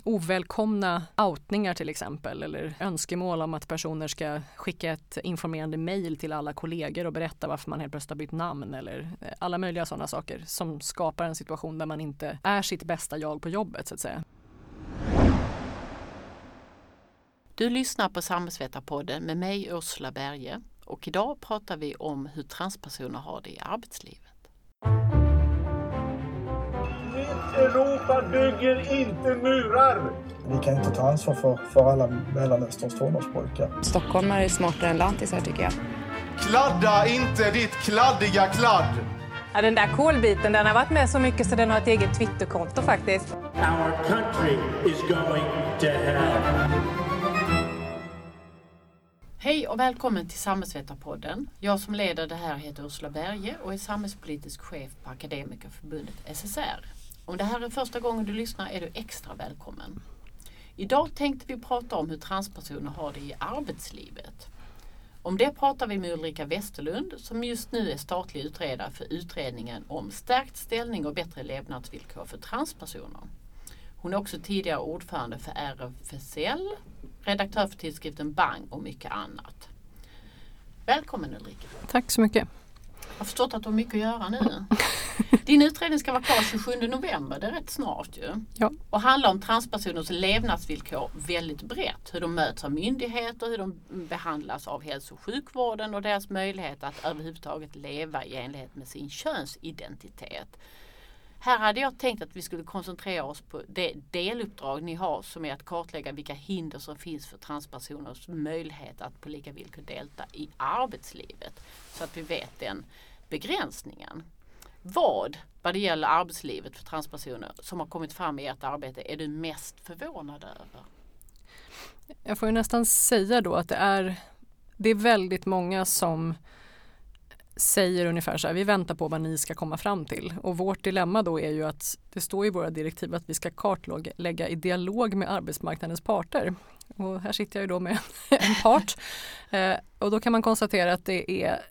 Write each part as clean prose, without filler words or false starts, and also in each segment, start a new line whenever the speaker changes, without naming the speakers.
ovälkomna outningar till exempel, eller önskemål om att personer ska skicka ett informerande mejl till alla kollegor och berätta varför man helt plötsligt har bytt namn, eller alla möjliga sådana saker som skapar en situation där man inte är sitt bästa jag på jobbet så att säga.
Du lyssnar på Samhällsvetarpodden med mig Ursula Berge, och idag pratar vi om hur transpersoner har det i arbetslivet.
Europa bygger inte murar!
Vi kan inte ta ansvar för alla Mellanösterns tonårspojkar.
Stockholmare är smartare än lantisar tycker jag.
Kladda inte ditt kladdiga kladd!
Ja, den där kolbiten, den har varit med så mycket så den har ett eget Twitterkonto faktiskt.
Our country is going to hell.
Hej och välkommen till Samhällsvetarpodden. Jag som leder det här heter Ursula Berge och är samhällspolitisk chef på Akademikerförbundet SSR. Om det här är första gången du lyssnar är du extra välkommen. Idag tänkte vi prata om hur transpersoner har det i arbetslivet. Om det pratar vi med Ulrika Westerlund som just nu är statlig utredare för utredningen om stärkt ställning och bättre levnadsvillkor för transpersoner. Hon är också tidigare ordförande för RFSL, redaktör för tidskriften Bang och mycket annat. Välkommen Ulrika.
Tack så mycket.
Jag har förstått att du har mycket att göra nu. Din utredning ska vara klar 27 november, det är rätt snart ju.
Ja.
Och handlar om transpersoners levnadsvillkor väldigt brett. Hur de möts av myndigheter, hur de behandlas av hälso- och sjukvården och deras möjlighet att överhuvudtaget leva i enlighet med sin könsidentitet. Här hade jag tänkt att vi skulle koncentrera oss på det deluppdrag ni har som är att kartlägga vilka hinder som finns för transpersoners möjlighet att på lika villkor delta i arbetslivet. Så att vi vet den begränsningen. Vad det gäller arbetslivet för transpersoner som har kommit fram i ert arbete är du mest förvånad över?
Jag får ju nästan säga då att det är väldigt många som säger ungefär så här, vi väntar på vad ni ska komma fram till. Och vårt dilemma då är ju att det står i våra direktiv att vi ska kartlägga i dialog med arbetsmarknadens parter. Och här sitter jag ju då med en part. Och då kan man konstatera att det är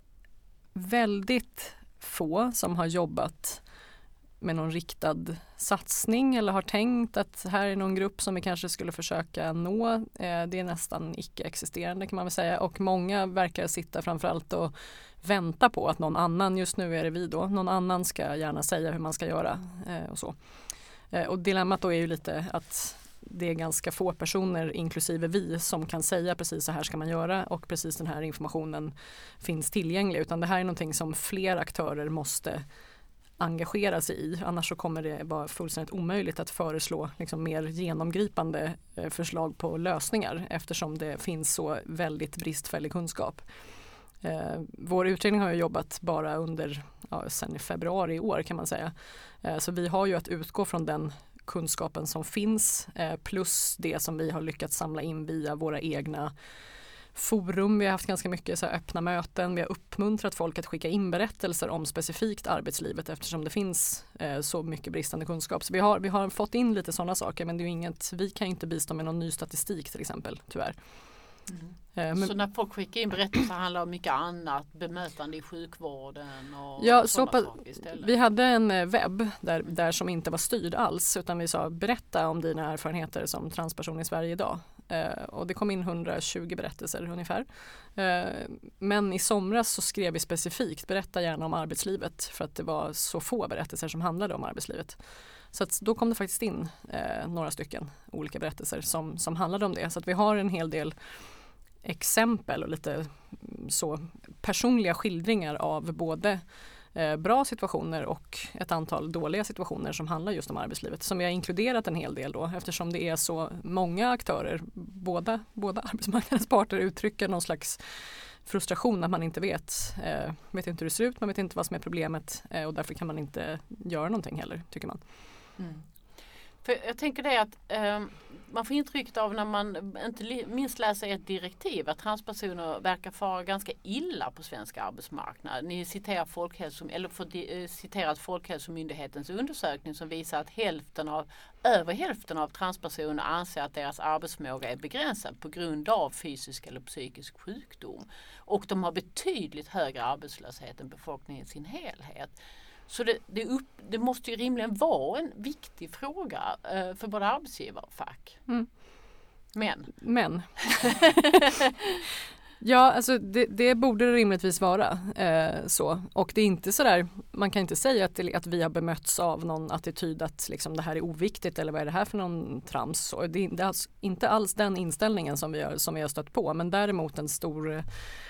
väldigt få som har jobbat med någon riktad satsning eller har tänkt att här är någon grupp som vi kanske skulle försöka nå. Det är nästan icke-existerande kan man väl säga, och många verkar sitta framförallt och vänta på att någon annan, just nu är det vi då, någon annan ska gärna säga hur man ska göra och så. Och dilemmat då är ju lite att det är ganska få personer, inklusive vi, som kan säga precis så här ska man göra och precis den här informationen finns tillgänglig, utan det här är någonting som fler aktörer måste engagera sig i. Annars så kommer det vara fullständigt omöjligt att föreslå liksom mer genomgripande förslag på lösningar eftersom det finns så väldigt bristfällig kunskap. Vår utredning har ju jobbat bara under sen i februari i år kan man säga. Så vi har ju att utgå från den kunskapen som finns plus det som vi har lyckats samla in via våra egna forum. Vi har haft ganska mycket så här öppna möten. Vi har uppmuntrat folk att skicka in berättelser om specifikt arbetslivet eftersom det finns så mycket bristande kunskap. Så vi har fått in lite sådana saker, men det är ju inget, vi kan inte bistå med någon ny statistik till exempel, tyvärr.
Så när folk skickar in berättelser handlar om mycket annat, bemötande i sjukvården och
saker istället? Vi hade en webb där som inte var styrd alls, utan vi sa berätta om dina erfarenheter som transperson i Sverige idag. Och det kom in 120 berättelser ungefär. Men i somras så skrev vi specifikt berätta gärna om arbetslivet för att det var så få berättelser som handlade om arbetslivet. Så att då kom det faktiskt in några stycken olika berättelser som handlade om det. Så att vi har en hel del exempel och lite så personliga skildringar av både bra situationer och ett antal dåliga situationer som handlar just om arbetslivet, som vi har inkluderat en hel del då eftersom det är så många aktörer, båda arbetsmarknadens parter uttrycker någon slags frustration att man inte vet inte hur det ser ut, man vet inte vad som är problemet och därför kan man inte göra någonting heller, tycker man.
Mm. För jag tänker det att man får intrycket av när man inte minst läser ett direktiv att transpersoner verkar fara ganska illa på svensk arbetsmarknad. Ni citerar citerat Folkhälsomyndighetens undersökning som visar att över hälften av transpersoner anser att deras arbetsförmåga är begränsad på grund av fysisk eller psykisk sjukdom. Och de har betydligt högre arbetslöshet än befolkningen i sin helhet. Så det måste ju rimligen vara en viktig fråga för både arbetsgivare och fack. Men.
Ja, alltså det borde det rimligtvis vara så. Och det är inte så där, man kan inte säga att vi har bemötts av någon attityd att liksom, det här är oviktigt eller vad är det här för någon trams. Så det är alltså inte alls den inställningen som vi har stött på, men däremot en stor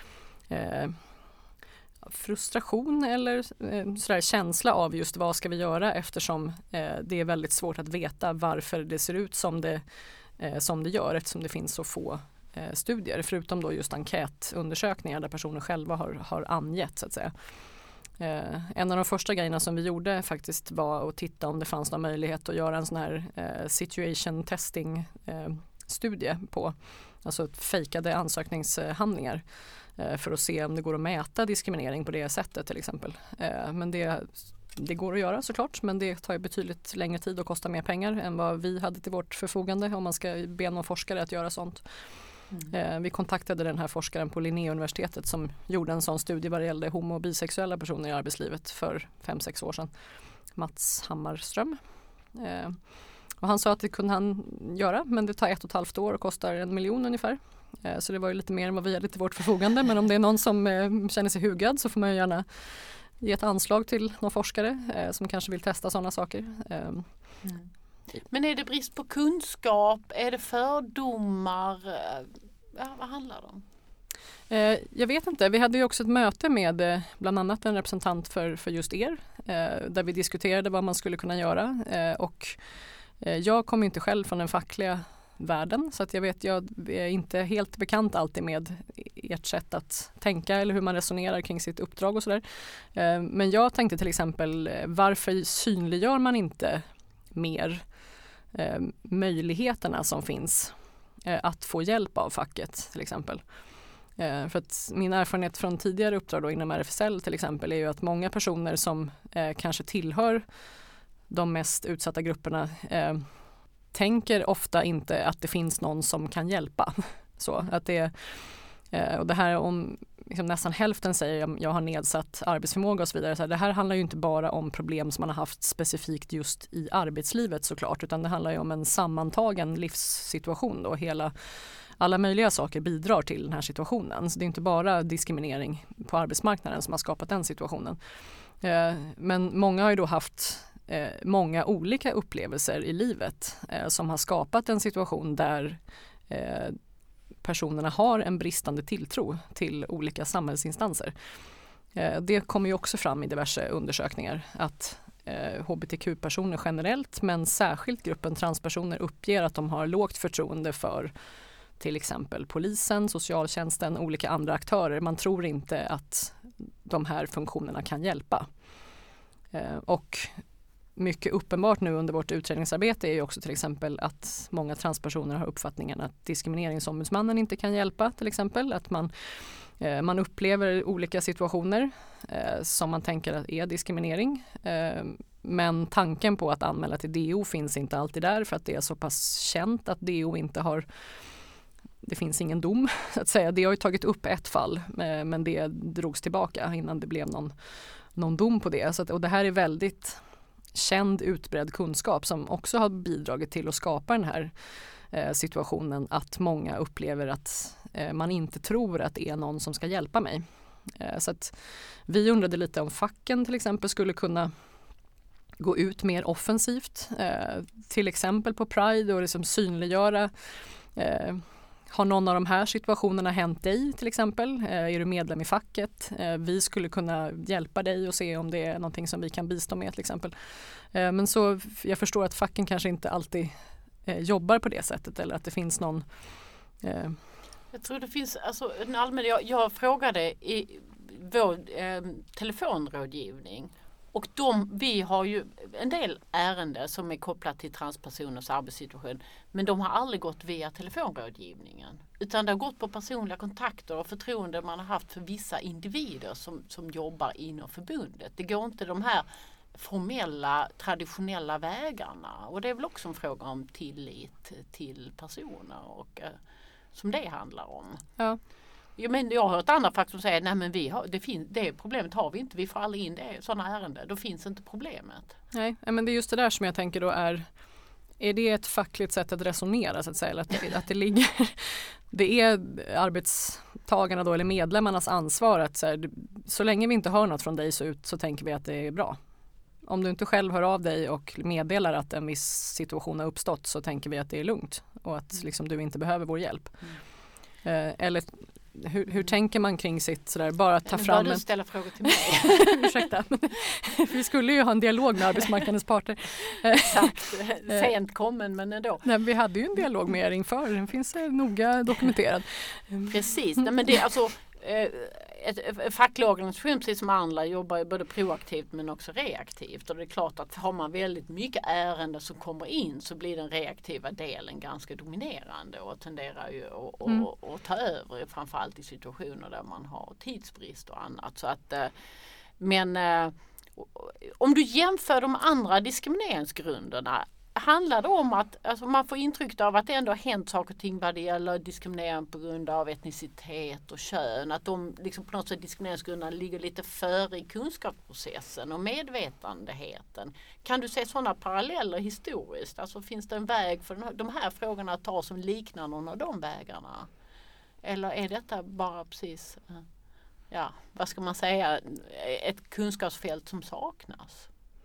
frustration eller sådär känsla av just vad ska vi göra, eftersom det är väldigt svårt att veta varför det ser ut som det gör, eftersom det finns så få studier, förutom då just enkätundersökningar där personer själva har angett så att säga. En av de första grejerna som vi gjorde faktiskt var att titta om det fanns någon möjlighet att göra en sån här situation testing studie på, alltså fejkade ansökningshandlingar för att se om det går att mäta diskriminering på det sättet till exempel. Men det går att göra såklart, men det tar ju betydligt längre tid och kostar mer pengar än vad vi hade till vårt förfogande om man ska be någon forskare att göra sånt. Vi kontaktade den här forskaren på Linnéuniversitetet som gjorde en sån studie vad det gällde homo- och bisexuella personer i arbetslivet för 5-6 år sedan. Mats Hammarström. Och han sa att det kunde han göra, men det tar 1,5 år och kostar 1 miljon ungefär. Så det var ju lite mer än vad vi hade till vårt förfogande, men om det är någon som känner sig hugad så får man ju gärna ge ett anslag till någon forskare som kanske vill testa sådana saker.
Men är det brist på kunskap? Är det fördomar? Vad handlar det om?
Jag vet inte. Vi hade ju också ett möte med bland annat en representant för just er där vi diskuterade vad man skulle kunna göra. Och jag kommer inte själv från den fackliga världen, så att jag är inte helt bekant alltid med ert sätt att tänka eller hur man resonerar kring sitt uppdrag och sådär. Men jag tänkte till exempel, varför synliggör man inte mer möjligheterna som finns att få hjälp av facket till exempel. För att min erfarenhet från tidigare uppdrag då inom RFSL till exempel är ju att många personer som kanske tillhör de mest utsatta grupperna tänker ofta inte att det finns någon som kan hjälpa. Så att och det här om liksom nästan hälften säger jag har nedsatt arbetsförmåga och så vidare. Så det här handlar ju inte bara om problem som man har haft specifikt just i arbetslivet såklart, utan det handlar ju om en sammantagen livssituation då. Alla möjliga saker bidrar till den här situationen. Så det är inte bara diskriminering på arbetsmarknaden som har skapat den situationen. Men många har ju då haft många olika upplevelser i livet som har skapat en situation där personerna har en bristande tilltro till olika samhällsinstanser. Det kommer ju också fram i diverse undersökningar att hbtq-personer generellt, men särskilt gruppen transpersoner uppger att de har lågt förtroende för till exempel polisen, socialtjänsten, olika andra aktörer. Man tror inte att de här funktionerna kan hjälpa. Och mycket uppenbart nu under vårt utredningsarbete är ju också till exempel att många transpersoner har uppfattningen att diskrimineringsombudsmannen inte kan hjälpa till exempel. Att man upplever olika situationer som man tänker att är diskriminering. Men tanken på att anmäla till DO finns inte alltid där, för att det är så pass känt att DO inte har, det finns ingen dom så att säga. Det har ju tagit upp ett fall men det drogs tillbaka innan det blev någon dom på det. Så att, och det här är väldigt känd, utbredd kunskap som också har bidragit till att skapa den här situationen att många upplever att man inte tror att det är någon som ska hjälpa mig. Så att vi undrade lite om facken till exempel skulle kunna gå ut mer offensivt, till exempel på Pride och liksom synliggöra. Har någon av de här situationerna hänt dig till exempel? Är du medlem i facket? Vi skulle kunna hjälpa dig och se om det är någonting som vi kan bistå med till exempel. Men så jag förstår att facken kanske inte alltid jobbar på det sättet, eller att det finns någon...
Jag tror det finns alltså en allmän... Jag frågade i vår telefonrådgivning. Och vi har ju en del ärenden som är kopplat till transpersoners arbetssituation, men de har aldrig gått via telefonrådgivningen, utan det har gått på personliga kontakter och förtroende man har haft för vissa individer som jobbar inom förbundet. Det går inte de här formella, traditionella vägarna, och det är väl också en fråga om tillit till personer och som det handlar om.
Ja.
Jag har hört andra faktiskt som säger nej men det problemet har vi inte, vi får aldrig in sådana ärenden, då finns inte problemet.
Nej, men det är just det där som jag tänker då är det ett fackligt sätt att resonera så att säga, eller att det är arbetstagarna då eller medlemmarnas ansvar att så länge vi inte hör något från dig så tänker vi att det är bra. Om du inte själv hör av dig och meddelar att en viss situation har uppstått så tänker vi att det är lugnt och att liksom, du inte behöver vår hjälp. Eller hur tänker man kring sitt sådär, bara ta fram
du ställa frågor till mig.
Ursäkta, vi skulle ju ha en dialog med arbetsmarknadens parter.
Exakt, sent kommen men ändå.
Nej, vi hade ju en dialog med er inför, den finns noga dokumenterad.
Precis, nej, men det är alltså ett facklig organisation precis som andra jobbar både proaktivt men också reaktivt och det är klart att har man väldigt mycket ärenden som kommer in så blir den reaktiva delen ganska dominerande och tenderar ju att ta över framförallt i situationer där man har tidsbrist och annat så att men om du jämför de andra diskrimineringsgrunderna handlar det om att alltså man får intryck av att det ändå har hänt saker och ting vad det gäller diskriminering på grund av etnicitet och kön. Att de liksom på något sätt diskrimineringsgrunderna ligger lite före i kunskapsprocessen och medvetandeheten. Kan du se sådana paralleller historiskt? Alltså finns det en väg för de här frågorna att ta som liknar någon av de vägarna? Eller är detta bara precis, vad ska man säga, ett kunskapsfält som saknas?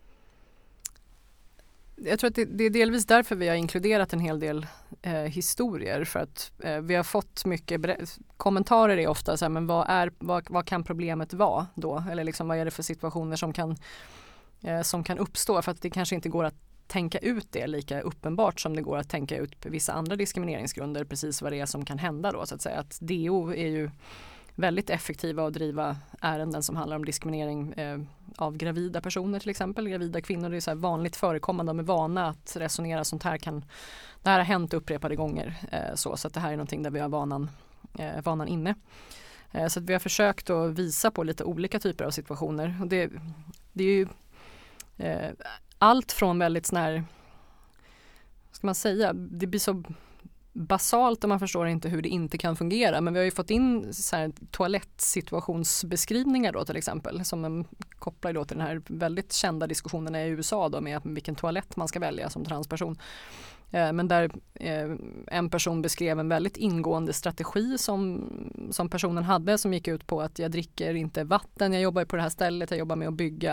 Jag tror att det är delvis därför vi har inkluderat en hel del historier för att vi har fått mycket kommentarer är ofta så här, men vad kan problemet vara då? Eller liksom, vad är det för situationer som kan uppstå? För att det kanske inte går att tänka ut det lika uppenbart som det går att tänka ut vissa andra diskrimineringsgrunder precis vad det är som kan hända då så att säga. Att DO är ju väldigt effektiva att driva ärenden som handlar om diskriminering av gravida personer till exempel. Gravida kvinnor, det är så här vanligt förekommande, de är vana att resonera sånt här det här har hänt upprepade gånger så att det här är någonting där vi har vanan inne. Så att vi har försökt att visa på lite olika typer av situationer och det är ju allt från väldigt sån här, ska man säga, det blir så basalt och man förstår inte hur det inte kan fungera. Men vi har ju fått in så här toalettsituationsbeskrivningar då till exempel som kopplar då till den här väldigt kända diskussionen i USA då med vilken toalett man ska välja som transperson. Men där en person beskrev en väldigt ingående strategi som personen hade som gick ut på att jag dricker inte vatten, jag jobbar på det här stället, jag jobbar med att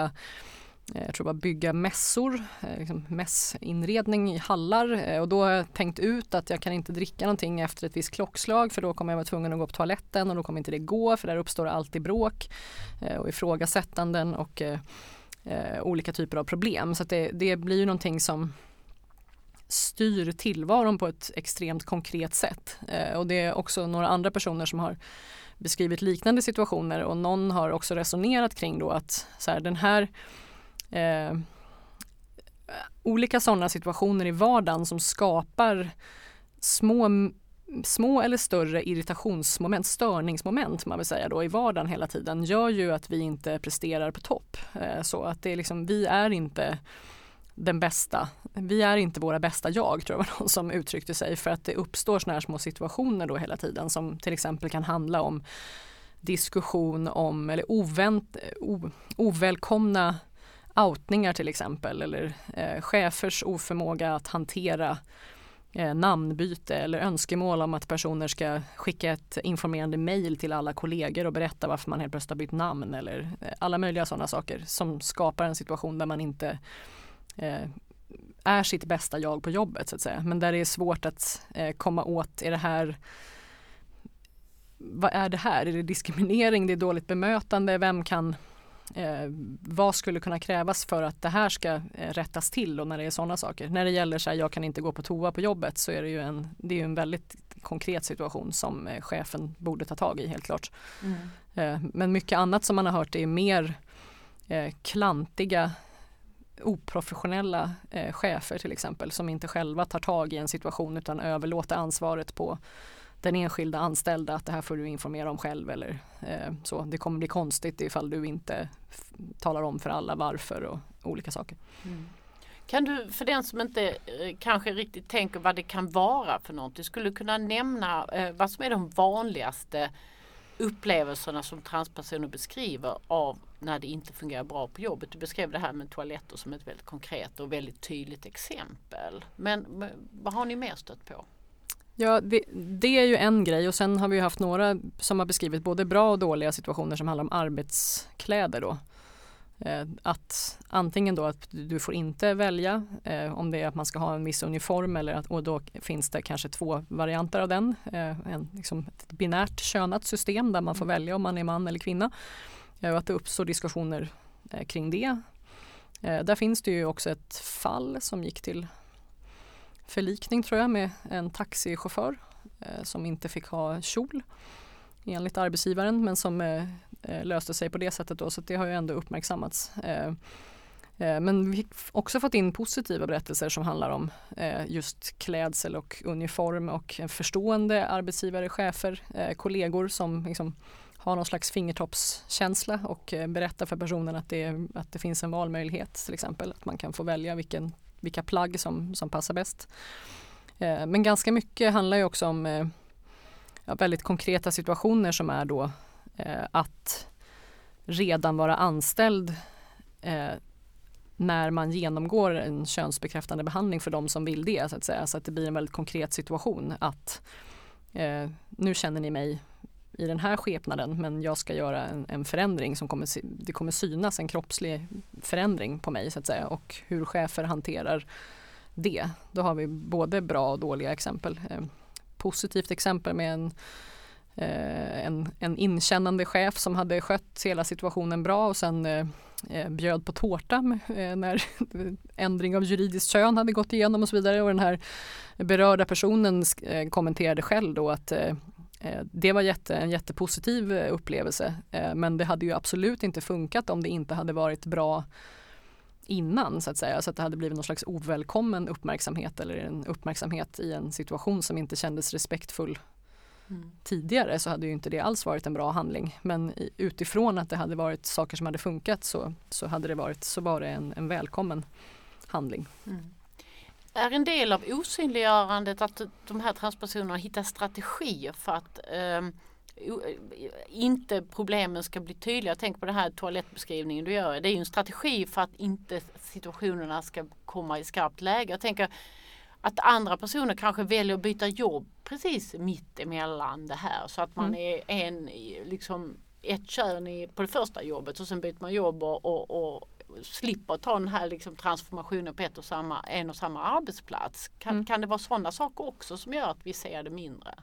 bygga mässor, liksom mässinredning i hallar och då har jag tänkt ut att jag kan inte dricka någonting efter ett visst klockslag för då kommer jag vara tvungen att gå på toaletten och då kommer inte det gå för där uppstår alltid bråk och ifrågasättanden och olika typer av problem så att det blir ju någonting som styr tillvaron på ett extremt konkret sätt och det är också några andra personer som har beskrivit liknande situationer och någon har också resonerat kring då att så här, den här olika sådana situationer i vardagen som skapar små eller större irritationsmoment, störningsmoment man vill säga då i vardagen hela tiden gör ju att vi inte presterar på topp. Så att det är liksom, vi är inte den bästa, vi är inte våra bästa jag tror jag var någon som uttryckte sig för att det uppstår såna här små situationer då hela tiden som till exempel kan handla om diskussion om eller ovälkomna outningar till exempel eller chefers oförmåga att hantera namnbyte eller önskemål om att personer ska skicka ett informerande mejl till alla kollegor och berätta varför man helt plötsligt har bytt namn eller alla möjliga sådana saker som skapar en situation där man inte är sitt bästa jag på jobbet så att säga. Men där det är svårt att komma åt, vad är det här? Är det diskriminering? Det är dåligt bemötande? Vad skulle kunna krävas för att det här ska rättas till och när det är sådana saker? När det gäller så här, jag kan inte gå på toa på jobbet så är det är en väldigt konkret situation som chefen borde ta tag i helt klart. Men mycket annat som man har hört är mer klantiga oprofessionella chefer till exempel som inte själva tar tag i en situation utan överlåter ansvaret på den enskilda anställda att det här får du informera om själv eller så. Det kommer bli konstigt ifall du inte talar om för alla varför och olika saker.
Kan du för den som inte kanske riktigt tänker vad det kan vara för något, du skulle kunna nämna vad som är de vanligaste upplevelserna som transpersoner beskriver av när det inte fungerar bra på jobbet. Du beskrev det här med toaletter som ett väldigt konkret och väldigt tydligt exempel. Men vad har ni mer stött på?
Ja, det är ju en grej, och sen har vi haft några som har beskrivit både bra och dåliga situationer som handlar om arbetskläder då. Att antingen då att du får inte välja om det är att man ska ha en viss uniform, och då finns det kanske 2 varianter av den. Liksom ett binärt könat system där man får välja om man är man eller kvinna. Och att det uppstår diskussioner kring det. Där finns det ju också ett fall som gick till förlikning tror jag med en taxichaufför som inte fick ha kjol enligt arbetsgivaren, men som löste sig på det sättet då, så det har ju ändå uppmärksammats. Men vi har också fått in positiva berättelser som handlar om just klädsel och uniform och förstående arbetsgivare, chefer, kollegor som liksom har någon slags fingertoppskänsla och berättar för personen att det finns en valmöjlighet, till exempel att man kan få välja vilka plagg som passar bäst. Men ganska mycket handlar ju också om väldigt konkreta situationer som är då att redan vara anställd när man genomgår en könsbekräftande behandling för de som vill det, så att säga. Så att det blir en väldigt konkret situation att nu känner ni mig i den här skepnaden, men jag ska göra en förändring som det kommer synas en kroppslig förändring på mig, så att säga, och hur chefer hanterar det. Då har vi både bra och dåliga exempel. Positivt exempel med en inkännande chef som hade skött hela situationen bra och sen bjöd på tårta när ändring av juridiskt kön hade gått igenom och så vidare, och den här berörda personen kommenterade själv då att det var en jättepositiv upplevelse, men det hade ju absolut inte funkat om det inte hade varit bra innan, så att säga, så att det hade blivit någon slags ovälkommen uppmärksamhet eller en uppmärksamhet i en situation som inte kändes respektfull tidigare, så hade ju inte det alls varit en bra handling, men utifrån att det hade varit saker som hade funkat så var det en välkommen handling.
Är en del av osynliggörandet att de här transpersonerna hittar strategier för att inte problemen ska bli tydliga? Tänk på den här toalettbeskrivningen du gör. Det är ju en strategi för att inte situationerna ska komma i skarpt läge. Jag tänker att andra personer kanske väljer att byta jobb precis mitt emellan det här, så att man är ett kön på det första jobbet och sen byter man jobb och slipper ta den här liksom transformationen på en och samma arbetsplats. Kan det vara sådana saker också som gör att vi ser det mindre?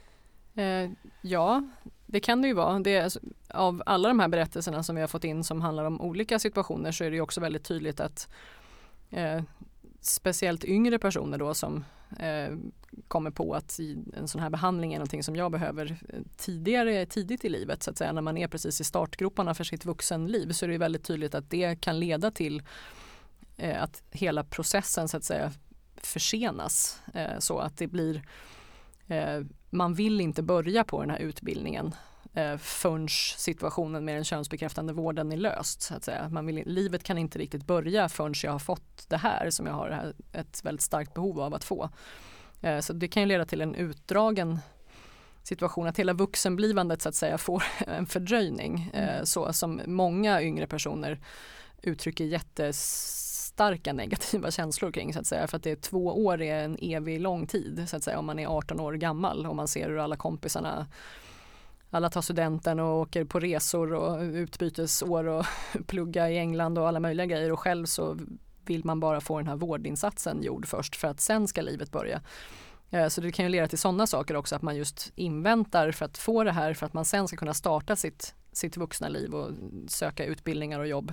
Ja, det kan det ju vara. Av alla de här berättelserna som vi har fått in som handlar om olika situationer, så är det ju också väldigt tydligt att speciellt yngre personer då som kommer på att en sån här behandling är någonting som jag behöver tidigt i livet, så att säga, när man är precis i startgroparna för sitt vuxenliv, så är det väldigt tydligt att det kan leda till att hela processen, så att säga, försenas, så att det blir man vill inte börja på den här utbildningen förrän situationen med den könsbekräftande vården är löst, så att säga. Livet kan inte riktigt börja förrän jag har fått det här som jag har ett väldigt starkt behov av att få. Så det kan ju leda till en utdragen situation, att hela vuxenblivandet, så att säga, får en fördröjning, så som många yngre personer uttrycker jättestarka negativa känslor kring, så att säga, för att 2 år är en evig lång tid, så att säga, om man är 18 år gammal och man ser hur alla tar studenten och åker på resor och utbytesår och plugga i England och alla möjliga grejer, och själv så vill man bara få den här vårdinsatsen gjord först för att sen ska livet börja. Så det kan ju leda till sådana saker också, att man just inväntar för att få det här för att man sen ska kunna starta sitt vuxna liv och söka utbildningar och jobb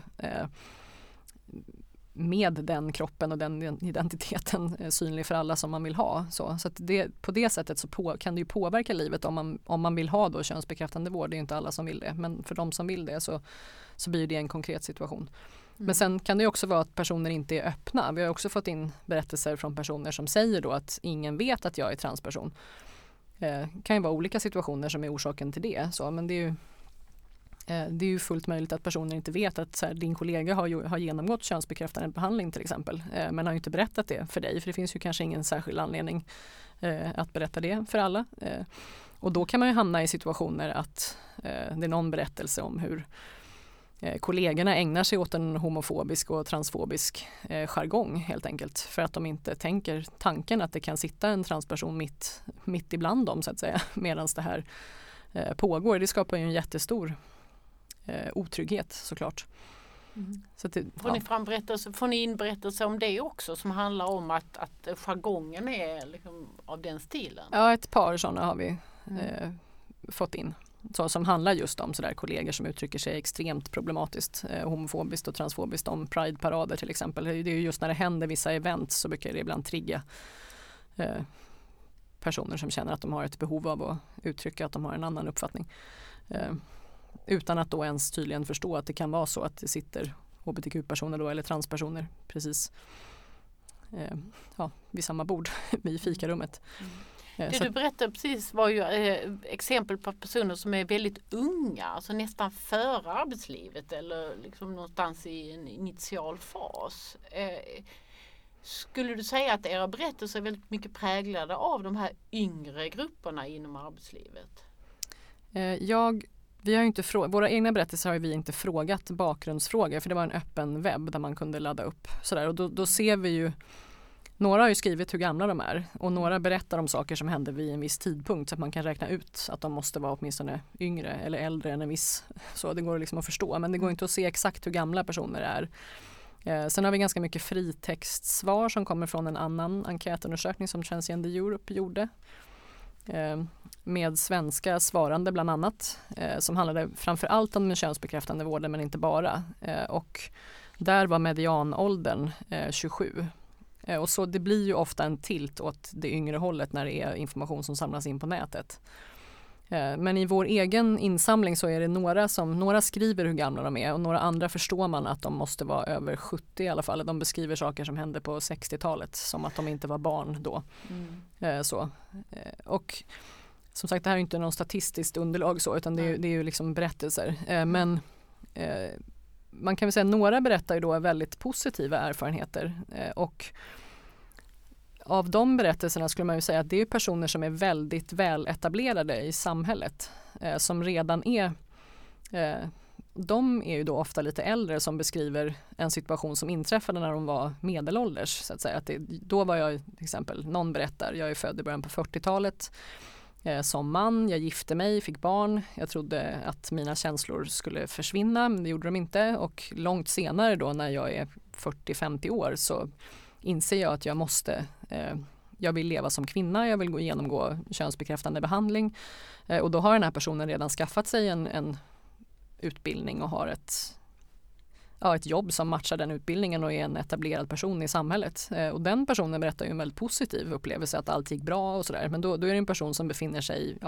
med den kroppen och den identiteten synlig för alla som man vill ha. Så att på det sättet så kan det ju påverka livet om man vill ha då könsbekräftande vård. Det är ju inte alla som vill det, men för de som vill det så blir det en konkret situation. Men sen kan det också vara att personer inte är öppna. Vi har också fått in berättelser från personer som säger då att ingen vet att jag är transperson. Det kan ju vara olika situationer som är orsaken till det. Så, men det är ju fullt möjligt att personer inte vet att din kollega har genomgått könsbekräftande behandling till exempel, men har ju inte berättat det för dig, för det finns ju kanske ingen särskild anledning att berätta det för alla. Och då kan man ju hamna i situationer att det är någon berättelse om hur kollegorna ägnar sig åt en homofobisk och transfobisk jargong helt enkelt. För att de inte tänker tanken att det kan sitta en transperson mitt ibland dem så att säga. Medan det här pågår. Det skapar ju en jättestor otrygghet såklart. Så att
får ni in berättelser om det också som handlar om att jargongen är liksom av den stilen?
Ja, ett par sådana har vi fått in. Så, som handlar just om sådär kollegor som uttrycker sig extremt problematiskt, homofobiskt och transfobiskt om Pride-parader till exempel. Det är ju just när det händer vissa event så brukar det ibland trigga personer som känner att de har ett behov av att uttrycka att de har en annan uppfattning. Utan att då ens tydligen förstå att det kan vara så att det sitter hbtq-personer då, eller transpersoner precis vid samma bord vid fikarummet.
Det du berättade precis var ju exempel på personer som är väldigt unga, alltså nästan före arbetslivet eller liksom någonstans i en initial fas. Skulle du säga att era berättelser är väldigt mycket präglade av de här yngre grupperna inom arbetslivet?
Vi har inte våra egna berättelser har vi inte frågat bakgrundsfrågor, för det var en öppen webb där man kunde ladda upp sådär, och då ser vi ju. Några har ju skrivit hur gamla de är och några berättar om saker som hände vid en viss tidpunkt så att man kan räkna ut att de måste vara åtminstone yngre eller äldre än en viss. Så det går liksom att förstå, men det går inte att se exakt hur gamla personer är. Sen har vi ganska mycket fritextsvar som kommer från en annan enkätundersökning som Transgender Europe gjorde. Med svenska svarande bland annat, som handlade framförallt om den könsbekräftande vården men inte bara. Och där var medianåldern 27. Och så det blir ju ofta en tilt åt det yngre hållet när det är information som samlas in på nätet. Men i vår egen insamling så är det några skriver hur gamla de är och några andra förstår man att de måste vara över 70 i alla fall. De beskriver saker som hände på 60-talet som att de inte var barn då. Och som sagt, det här är inte någon statistiskt underlag så, utan det är ju liksom berättelser. Men man kan väl säga att några berättar ju då väldigt positiva erfarenheter och av de berättelserna skulle man ju säga att det är personer som är väldigt väl etablerade i samhället som redan är de är ju då ofta lite äldre som beskriver en situation som inträffade när de var medelålders så att säga. Då var jag till exempel, någon berättar, jag är född i början på 40-talet som man, jag gifte mig, fick barn. Jag trodde att mina känslor skulle försvinna, men det gjorde de inte. Och långt senare då när jag är 40-50 år så inser jag att jag vill leva som kvinna, jag vill genomgå könsbekräftande behandling. Och då har den här personen redan skaffat sig en utbildning och har ett jobb som matchar den utbildningen och är en etablerad person i samhället. Och den personen berättar ju en väldigt positiv upplevelse att allt gick bra och sådär. Men då är det en person som befinner sig,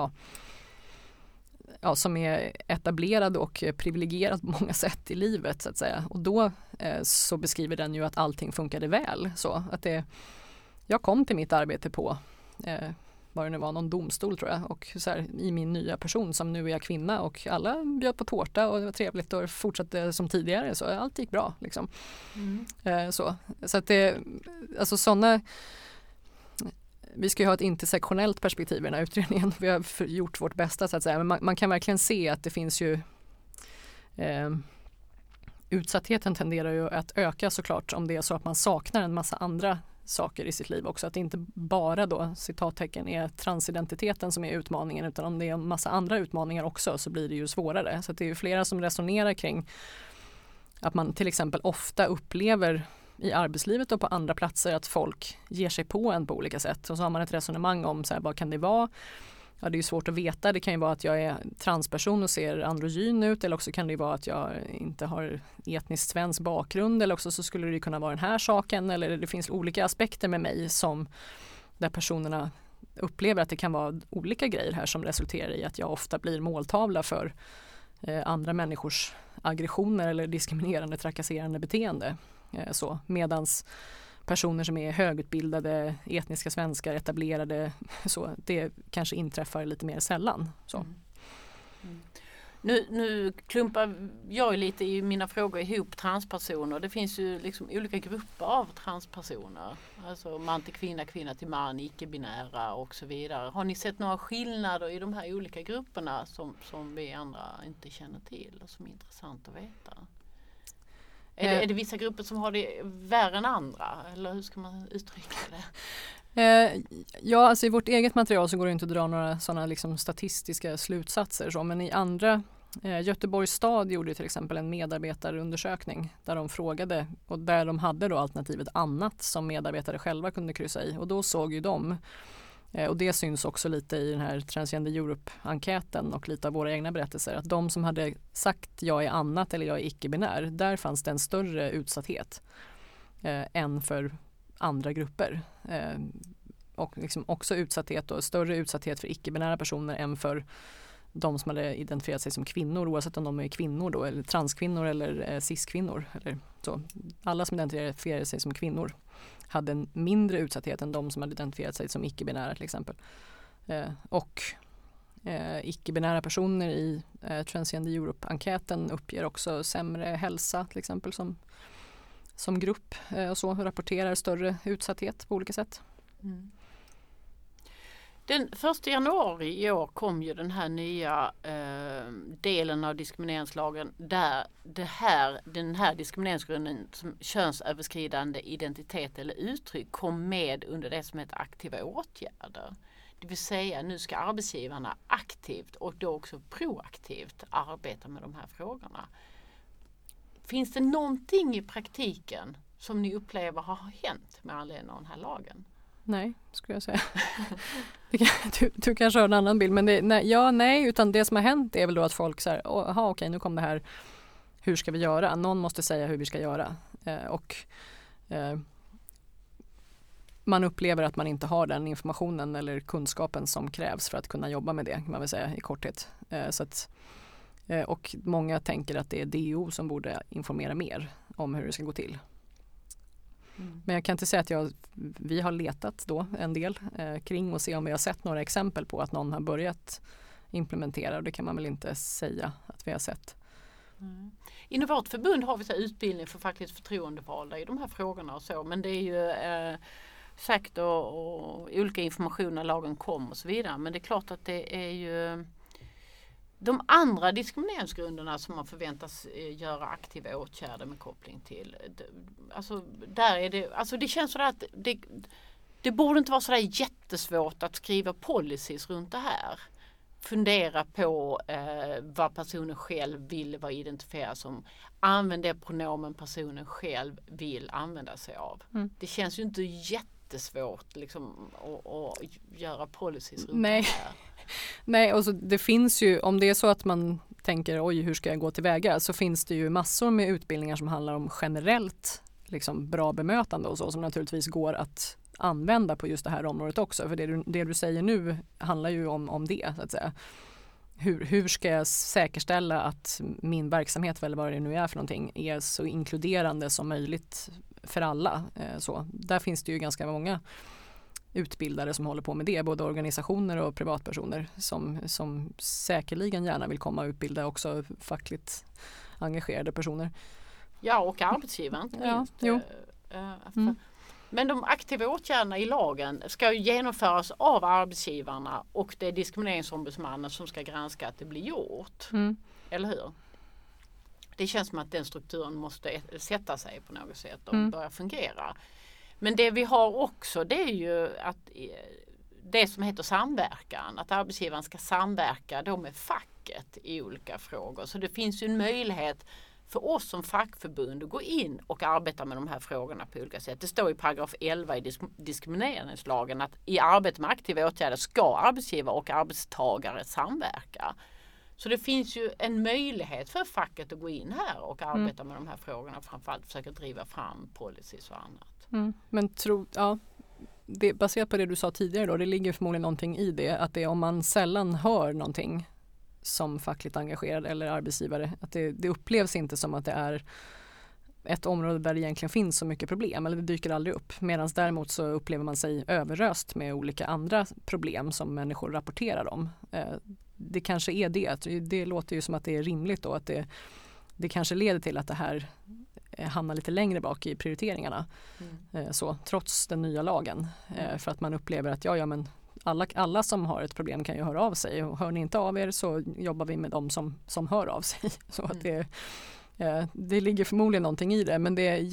som är etablerad och privilegierad på många sätt i livet så att säga. Och då så beskriver den ju att allting funkade väl. Så att jag kom till mitt arbete på vad det nu var, någon domstol tror jag, och så här, i min nya person som nu är jag kvinna och alla bjöd på tårta och det var trevligt och fortsatte som tidigare så allt gick bra liksom. Så att det, alltså sådana, vi ska ju ha ett intersektionellt perspektiv i den här utredningen, vi har gjort vårt bästa så att säga, men man kan verkligen se att det finns ju utsattheten tenderar ju att öka såklart om det är så att man saknar en massa andra saker i sitt liv också. Att det inte bara då citattecken är transidentiteten som är utmaningen utan om det är en massa andra utmaningar också så blir det ju svårare. Så att det är ju flera som resonerar kring att man till exempel ofta upplever i arbetslivet och på andra platser att folk ger sig på en på olika sätt. Och så har man ett resonemang om så här, vad kan det vara? Ja, det är ju svårt att veta. Det kan ju vara att jag är transperson och ser androgyn ut eller också kan det ju vara att jag inte har etnisk svensk bakgrund eller också så skulle det kunna vara den här saken eller det finns olika aspekter med mig som där personerna upplever att det kan vara olika grejer här som resulterar i att jag ofta blir måltavla för andra människors aggressioner eller diskriminerande, trakasserande beteende. Medans personer som är högutbildade, etniska svenskar, etablerade, så det kanske inträffar lite mer sällan. Så.
Nu klumpar jag lite i mina frågor ihop transpersoner. Det finns ju liksom olika grupper av transpersoner. Alltså man till kvinna, kvinna till man, icke-binära och så vidare. Har ni sett några skillnader i de här olika grupperna som vi andra inte känner till och som är intressant att veta? Är det vissa grupper som har det värre än andra? Eller hur ska man uttrycka det?
Ja, alltså i vårt eget material så går det inte att dra några sådana liksom statistiska slutsatser. Så, men i andra, Göteborgs stad gjorde till exempel en medarbetarundersökning där de frågade och där de hade då alternativet annat som medarbetare själva kunde kryssa i. Och då såg ju de, och det syns också lite i den här Transgender Europe-enkäten och lite av våra egna berättelser, att de som hade sagt jag är annat eller jag är icke-binär, där fanns det en större utsatthet än för andra grupper. Och liksom också utsatthet och större utsatthet för icke-binära personer än för de som hade identifierat sig som kvinnor, oavsett om de är kvinnor då, eller transkvinnor eller cis-kvinnor. Eller så. Alla som identifierade sig som kvinnor hade en mindre utsatthet än de som hade identifierat sig som icke-binära till exempel. Och icke-binära personer i Transgender Europe-enkäten uppger också sämre hälsa till exempel som grupp och så rapporterar större utsatthet på olika sätt.
Mm. Den 1 januari i år kom ju den här nya delen av diskrimineringslagen där den här diskrimineringsgrunden som könsöverskridande identitet eller uttryck kom med under det som heter aktiva åtgärder. Det vill säga nu ska arbetsgivarna aktivt och då också proaktivt arbeta med de här frågorna. Finns det någonting i praktiken som ni upplever har hänt med anledning av den här lagen?
Nej, skulle jag säga. Du kanske har en annan bild, men nej, utan det som har hänt är väl då att folk säger, okej, nu kom det här, hur ska vi göra? Någon måste säga hur vi ska göra. Man upplever att man inte har den informationen eller kunskapen som krävs för att kunna jobba med det, kan man väl säga i korthet. Och många tänker att det är DO som borde informera mer om hur det ska gå till. Men jag kan inte säga att vi har letat då en del kring och se om vi har sett några exempel på att någon har börjat implementera, och det kan man väl inte säga att vi har sett.
Mm. Inom vårt förbund har vi så utbildning för fackligt förtroendevalda i de här frågorna och så, men det är ju sagt och olika information när lagen kom och så vidare, men det är klart att det är ju de andra diskrimineringsgrunderna som man förväntas göra aktiva åtgärder med koppling till. Alltså, där är det, alltså det känns så att det borde inte vara så där jättesvårt att skriva policies runt det här. Fundera på vad personen själv vill vara identifierad som. Använd det pronomen personen själv vill använda sig av. Mm. Det känns ju inte jättesvårt liksom, att göra policies runt det här.
Nej, och så det finns ju, om det är så att man tänker oj, hur ska jag gå tillväga, så finns det ju massor med utbildningar som handlar om generellt liksom, bra bemötande och så, som naturligtvis går att använda på just det här området också. För det du säger nu handlar ju om det, så att säga. Hur ska jag säkerställa att min verksamhet, eller vad det nu är för någonting, är så inkluderande som möjligt för alla. Så där finns det ju ganska många utbildare som håller på med det, både organisationer och privatpersoner som säkerligen gärna vill komma och utbilda också fackligt engagerade personer.
Ja, och arbetsgivaren inte minst.
Jo.
Men de aktiva åtgärderna i lagen ska ju genomföras av arbetsgivarna, och det är diskrimineringsombudsmannen som ska granska att det blir gjort. Mm. Eller hur? Det känns som att den strukturen måste sätta sig på något sätt och börja fungera. Men det vi har också, det är ju att det som heter samverkan, att arbetsgivaren ska samverka då med facket i olika frågor. Så det finns ju en möjlighet för oss som fackförbund att gå in och arbeta med de här frågorna på olika sätt. Det står i paragraf 11 i diskrimineringslagen att i arbete med aktiva åtgärder ska arbetsgivare och arbetstagare samverka. Så det finns ju en möjlighet för facket att gå in här och arbeta med de här frågorna och framförallt försöka driva fram policies och annat.
Men det, baserat på det du sa tidigare då, det ligger förmodligen någonting i det, att det är om man sällan hör någonting som fackligt engagerad eller arbetsgivare, att det upplevs inte som att det är ett område där det egentligen finns så mycket problem, eller det dyker aldrig upp. Medan däremot så upplever man sig överröst med olika andra problem som människor rapporterar om. det kanske är det. Det låter ju som att det är rimligt då att det kanske leder till att det här hamnar lite längre bak i prioriteringarna. Så, trots den nya lagen. För att man upplever att men alla som har ett problem kan ju höra av sig. Och hör ni inte av er så jobbar vi med dem som hör av sig. Så att det ligger förmodligen någonting i det. Men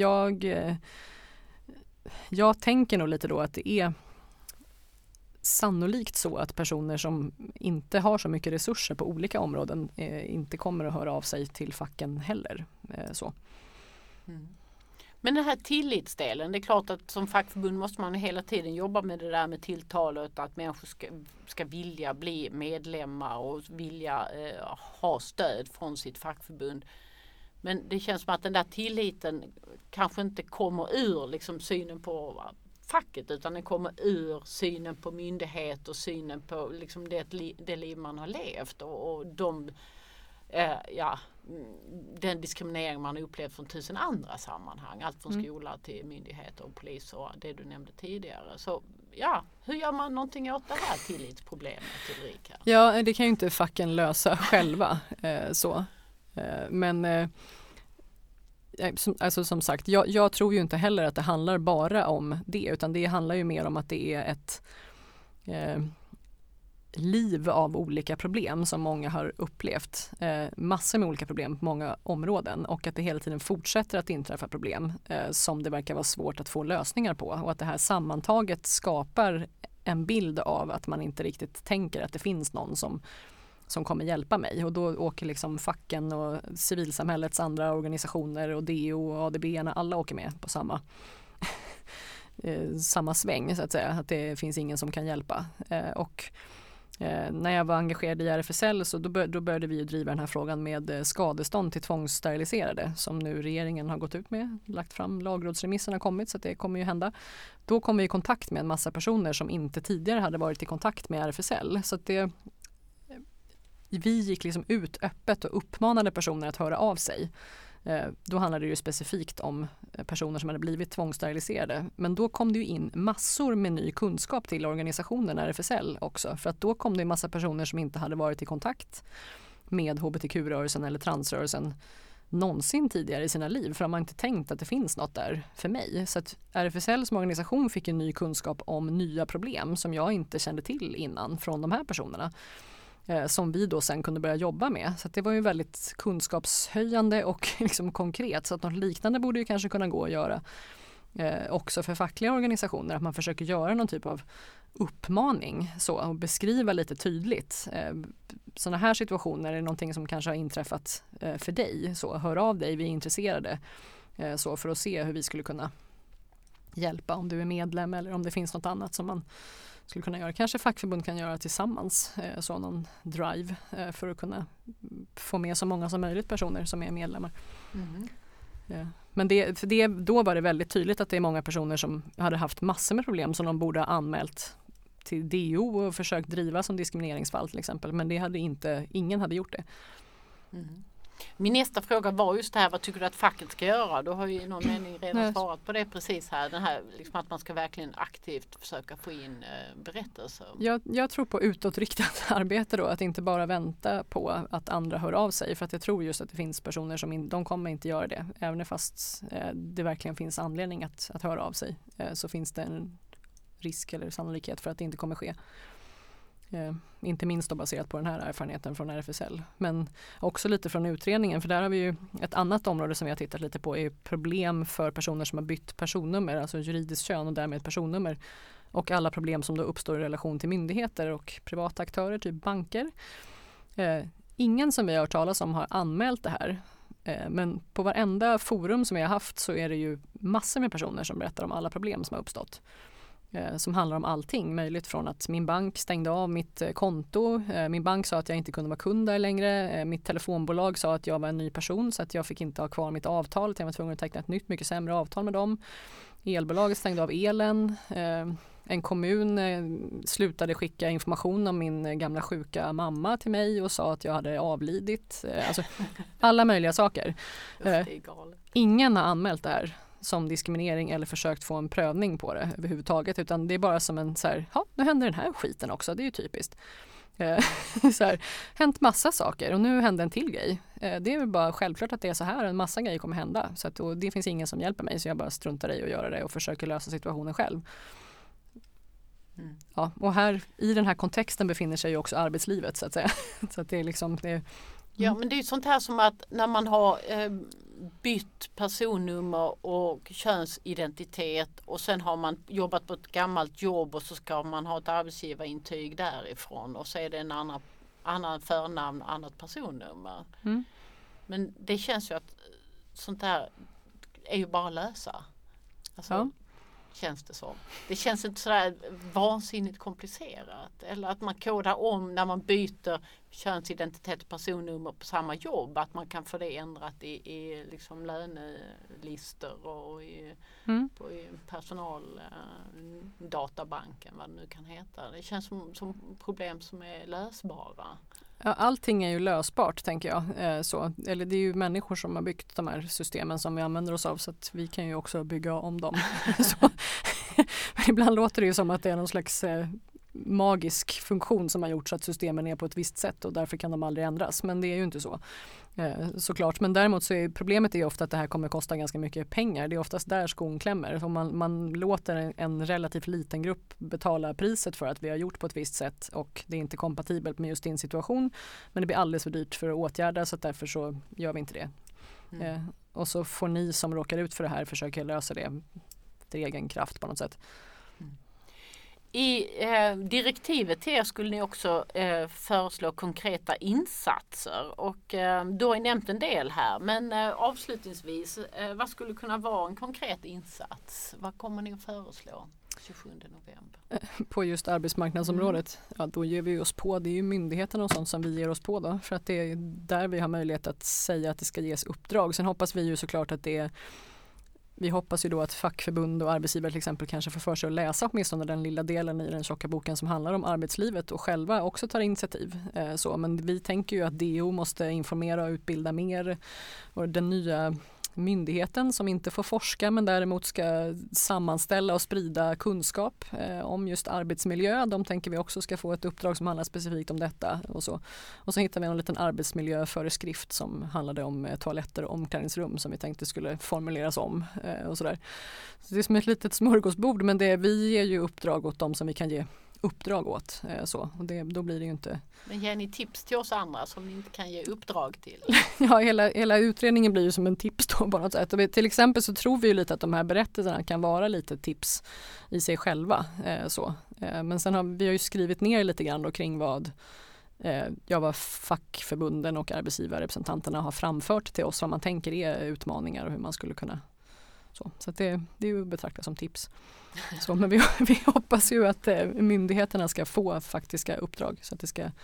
jag tänker nog lite då att det är sannolikt så att personer som inte har så mycket resurser på olika områden inte kommer att höra av sig till facken heller. Så.
Men den här tillitsdelen, det är klart att som fackförbund måste man hela tiden jobba med det där med tilltalet, att människor ska vilja bli medlemmar och vilja ha stöd från sitt fackförbund. Men det känns som att den där tilliten kanske inte kommer ur liksom synen på facket, utan den kommer ur synen på myndighet och synen på liksom det liv man har levt och den diskriminering man har upplevt från 1000 andra sammanhang. Allt från skola till myndigheter och polis och det du nämnde tidigare. Så hur gör man någonting åt det här tillitsproblemet, Ulrika?
Ja, det kan ju inte facken lösa själva. Men som sagt, jag tror ju inte heller att det handlar bara om det, utan det handlar ju mer om att det är ett liv av olika problem som många har upplevt. Massor med olika problem på många områden, och att det hela tiden fortsätter att inträffa problem som det verkar vara svårt att få lösningar på, och att det här sammantaget skapar en bild av att man inte riktigt tänker att det finns någon som kommer hjälpa mig, och då åker liksom facken och civilsamhällets andra organisationer och DO och ADB-arna, alla åker med på samma sväng så att säga, att det finns ingen som kan hjälpa. När jag var engagerad i RFSL så då började vi driva den här frågan med skadestånd till tvångssteriliserade, som nu regeringen har gått ut med, lagt fram, lagrådsremissen har kommit, så att det kommer ju hända. Då kom vi i kontakt med en massa personer som inte tidigare hade varit i kontakt med RFSL, så att vi gick liksom ut öppet och uppmanade personer att höra av sig. Då handlade det ju specifikt om personer som hade blivit tvångssteriliserade. Men då kom det ju in massor med ny kunskap till organisationen RFSL också. För att då kom det en massa personer som inte hade varit i kontakt med hbtq-rörelsen eller transrörelsen någonsin tidigare i sina liv. För de har inte tänkt att det finns något där för mig. Så att RFSL som organisation fick en ny kunskap om nya problem som jag inte kände till innan från de här personerna. Som vi då sen kunde börja jobba med. Så att det var ju väldigt kunskapshöjande och liksom konkret. Så att något liknande borde ju kanske kunna gå att göra också för fackliga organisationer. Att man försöker göra någon typ av uppmaning och beskriva lite tydligt. Sådana här situationer är någonting som kanske har inträffat för dig. Så hör av dig, vi är intresserade. Så för att se hur vi skulle kunna hjälpa, om du är medlem eller om det finns något annat som man skulle kunna göra. Kanske fackförbund kan göra tillsammans så någon drive för att kunna få med så många som möjligt personer som är medlemmar. Men då var det väldigt tydligt att det är många personer som hade haft massor med problem som de borde ha anmält till DO och försökt driva som diskrimineringsfall till exempel. Men det hade ingen hade gjort det.
Min nästa fråga var just det här, vad tycker du att facket ska göra? Du har ju i någon mening redan svarat på det precis här. Den här liksom att man ska verkligen aktivt försöka få in berättelser.
Jag tror på utåtriktat arbete då, att inte bara vänta på att andra hör av sig. För att jag tror just att det finns personer som de kommer inte göra det. Även fast det verkligen finns anledning att höra av sig så finns det en risk eller sannolikhet för att det inte kommer ske. Inte minst då baserat på den här erfarenheten från RFSL, men också lite från utredningen, för där har vi ju ett annat område som vi har tittat lite på är problem för personer som har bytt personnummer, alltså juridiskt kön och därmed personnummer, och alla problem som då uppstår i relation till myndigheter och privata aktörer, typ banker. Ingen som vi har hört talas om har anmält det här, men på varenda forum som vi har haft så är det ju massor med personer som berättar om alla problem som har uppstått. Som handlar om allting möjligt, från att min bank stängde av mitt konto. Min bank sa att jag inte kunde vara kund där längre. Mitt telefonbolag sa att jag var en ny person så att jag fick inte ha kvar mitt avtal. Jag var tvungen att teckna ett nytt, mycket sämre avtal med dem. Elbolaget stängde av elen. En kommun slutade skicka information om min gamla sjuka mamma till mig och sa att jag hade avlidit. Alltså, alla möjliga saker. Ingen har anmält det här som diskriminering eller försökt få en prövning på det överhuvudtaget, utan det är bara som en så här, nu händer den här skiten också, det är ju typiskt. Så här, hänt massa saker och nu hände en till grej. Det är väl bara självklart att det är så här, en massa grejer kommer hända. Så att, och det finns ingen som hjälper mig så jag bara struntar i att göra det och försöker lösa situationen själv. Ja, och här i den här kontexten befinner sig ju också arbetslivet så att säga. Så att det är liksom
Ja, men det är ju sånt här som att när man har bytt personnummer och könsidentitet och sen har man jobbat på ett gammalt jobb och så ska man ha ett arbetsgivarintyg därifrån och så är det en annan förnamn, annat personnummer. Men det känns ju att sånt där är ju bara att lösa. Alltså, känns det som. Det känns inte sådär vansinnigt komplicerat. Eller att man kodar om när man byter könsidentitet och personnummer på samma jobb. Att man kan få det ändrat i liksom lönelistor och i personaldatabanken, vad det nu kan heta. Det känns som problem som är lösbara.
Ja, allting är ju lösbart tänker jag. Eller det är ju människor som har byggt de här systemen som vi använder oss av så att vi kan ju också bygga om dem. Ibland låter det ju som att det är någon slags magisk funktion som har gjort så att systemen är på ett visst sätt och därför kan de aldrig ändras. Men det är ju inte så. Såklart. Men däremot så är problemet är ofta att det här kommer kosta ganska mycket pengar. Det är oftast där skon klämmer. Om man låter en relativt liten grupp betala priset för att vi har gjort på ett visst sätt och det är inte kompatibelt med just din situation men det blir alldeles för dyrt för att åtgärda så att därför så gör vi inte det. Och så får ni som råkar ut för det här försöka lösa det till egen kraft på något sätt.
I direktivet till er skulle ni också föreslå konkreta insatser och då har ni nämnt en del här men avslutningsvis, vad skulle kunna vara en konkret insats? Vad kommer ni att föreslå 27 november?
På just arbetsmarknadsområdet, ja, då ger vi oss på, det är ju myndigheterna och sånt som vi ger oss på då för att det är där vi har möjlighet att säga att det ska ges uppdrag. Sen hoppas vi ju såklart att vi hoppas ju då att fackförbund och arbetsgivare till exempel kanske får för sig att läsa åtminstone den lilla delen i den tjocka boken som handlar om arbetslivet och själva också tar initiativ. Men vi tänker ju att DO måste informera och utbilda mer och den nya myndigheten som inte får forska men däremot ska sammanställa och sprida kunskap om just arbetsmiljö. De tänker vi också ska få ett uppdrag som handlar specifikt om detta och så. Och så hittar vi en liten arbetsmiljöföreskrift som handlade om toaletter och omklädningsrum som vi tänkte skulle formuleras om och sådär. Så det är som ett litet smörgåsbord men vi ger ju uppdrag åt dem som vi kan ge uppdrag åt. Och då blir det ju inte...
Men ger ni tips till oss andra som ni inte kan ge uppdrag till?
Ja, hela utredningen blir ju som en tips då på något sätt. Och till exempel så tror vi ju lite att de här berättelserna kan vara lite tips i sig själva. Men sen har vi ju skrivit ner lite grann då kring vad fackförbunden och arbetsgivarrepresentanterna har framfört till oss vad man tänker är utmaningar och hur man skulle kunna så att det är ju betraktat som tips. Men vi hoppas ju att myndigheterna ska få faktiska uppdrag så att det ska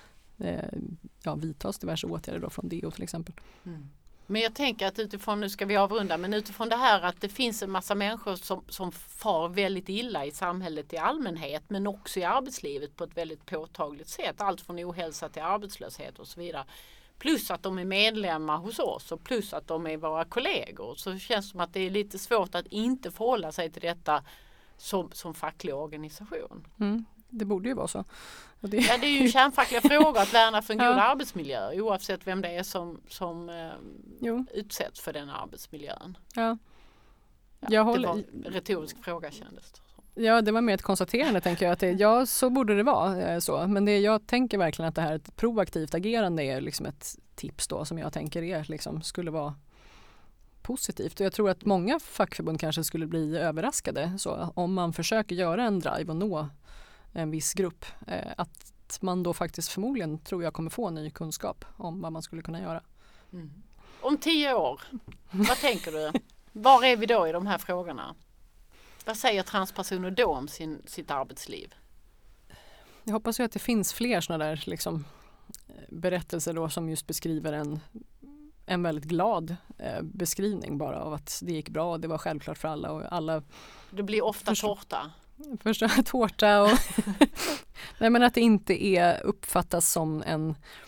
vidtas diverse åtgärder då från DO till exempel.
Men jag tänker att utifrån, nu ska vi avrunda, men utifrån det här att det finns en massa människor som far väldigt illa i samhället i allmänhet men också i arbetslivet på ett väldigt påtagligt sätt. Allt från ohälsa till arbetslöshet och så vidare. Plus att de är medlemmar hos oss och plus att de är våra kollegor. Så det känns som att det är lite svårt att inte förhålla sig till detta som facklig organisation.
Det borde ju vara så.
Det är ju kärnfackliga frågor att värna för en god arbetsmiljö oavsett vem det är som utsätts för den arbetsmiljön.
Ja.
Det var en retorisk fråga kändes det.
Ja, det var mer ett konstaterande tänker jag att så borde det vara så. Men jag tänker verkligen att det här ett proaktivt agerande är liksom ett tips då som jag tänker skulle vara positivt. Och jag tror att många fackförbund kanske skulle bli överraskade så om man försöker göra en drive och nå en viss grupp att man då faktiskt förmodligen tror jag kommer få ny kunskap om vad man skulle kunna göra.
Om 10 år, vad tänker du? Var är vi då i de här frågorna? Vad säger transpersoner då om sitt arbetsliv?
Jag hoppas ju att det finns fler sådana där berättelser då som just beskriver en väldigt glad beskrivning bara av att det gick bra och det var självklart för alla. Och alla
det blir ofta tårta.
Första tårta och nej men att det inte uppfattas som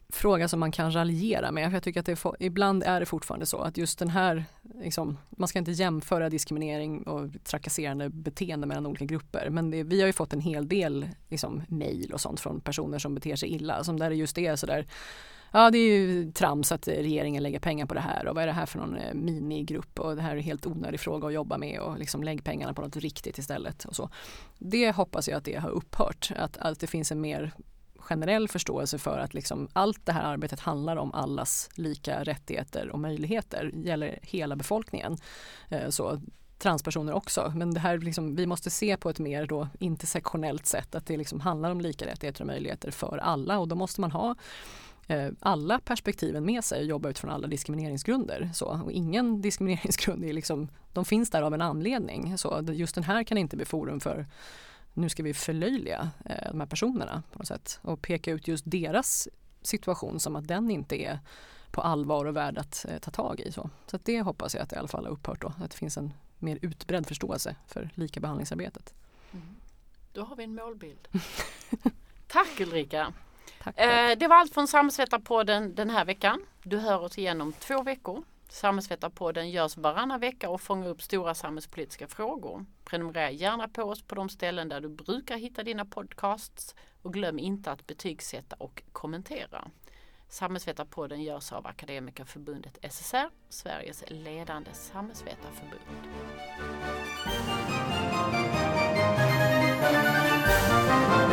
fråga som man kan raljera med. För jag tycker att ibland är det fortfarande så att just den här, liksom, man ska inte jämföra diskriminering och trakasserande beteende mellan olika grupper. Men vi har ju fått en hel del liksom, mejl och sånt från personer som beter sig illa. Som där det just är sådär, ja det är ju trams att regeringen lägger pengar på det här och vad är det här för någon minigrupp och det här är helt onödig fråga att jobba med och liksom lägg pengarna på något riktigt istället. Och så. Det hoppas jag att det har upphört. Att det finns en mer generell förståelse för att liksom allt det här arbetet handlar om allas lika rättigheter och möjligheter. Det gäller hela befolkningen. Så transpersoner också. Men det här liksom, vi måste se på ett mer då intersektionellt sätt att det liksom handlar om lika rättigheter och möjligheter för alla och då måste man ha alla perspektiven med sig och jobba utifrån alla diskrimineringsgrunder. Så. Och ingen diskrimineringsgrund är liksom, de finns där av en anledning. Så just den här kan inte bli forum för nu ska vi förlöjliga de här personerna på något sätt och peka ut just deras situation som att den inte är på allvar och värd att ta tag i. Så att det hoppas jag att det i alla fall har upphört då. Att det finns en mer utbredd förståelse för lika behandlingsarbetet.
Då har vi en målbild. Tack Ulrika.
Tack.
Det var allt från Samhällsvetarpodden den här veckan. Du hör oss igen om 2 veckor. Samhällsvetarpodden görs varannan vecka och fångar upp stora samhällspolitiska frågor. Prenumerera gärna på oss på de ställen där du brukar hitta dina podcasts och glöm inte att betygsätta och kommentera. Samhällsvetarpodden görs av Akademikerförbundet SSR, Sveriges ledande samhällsvetarförbund.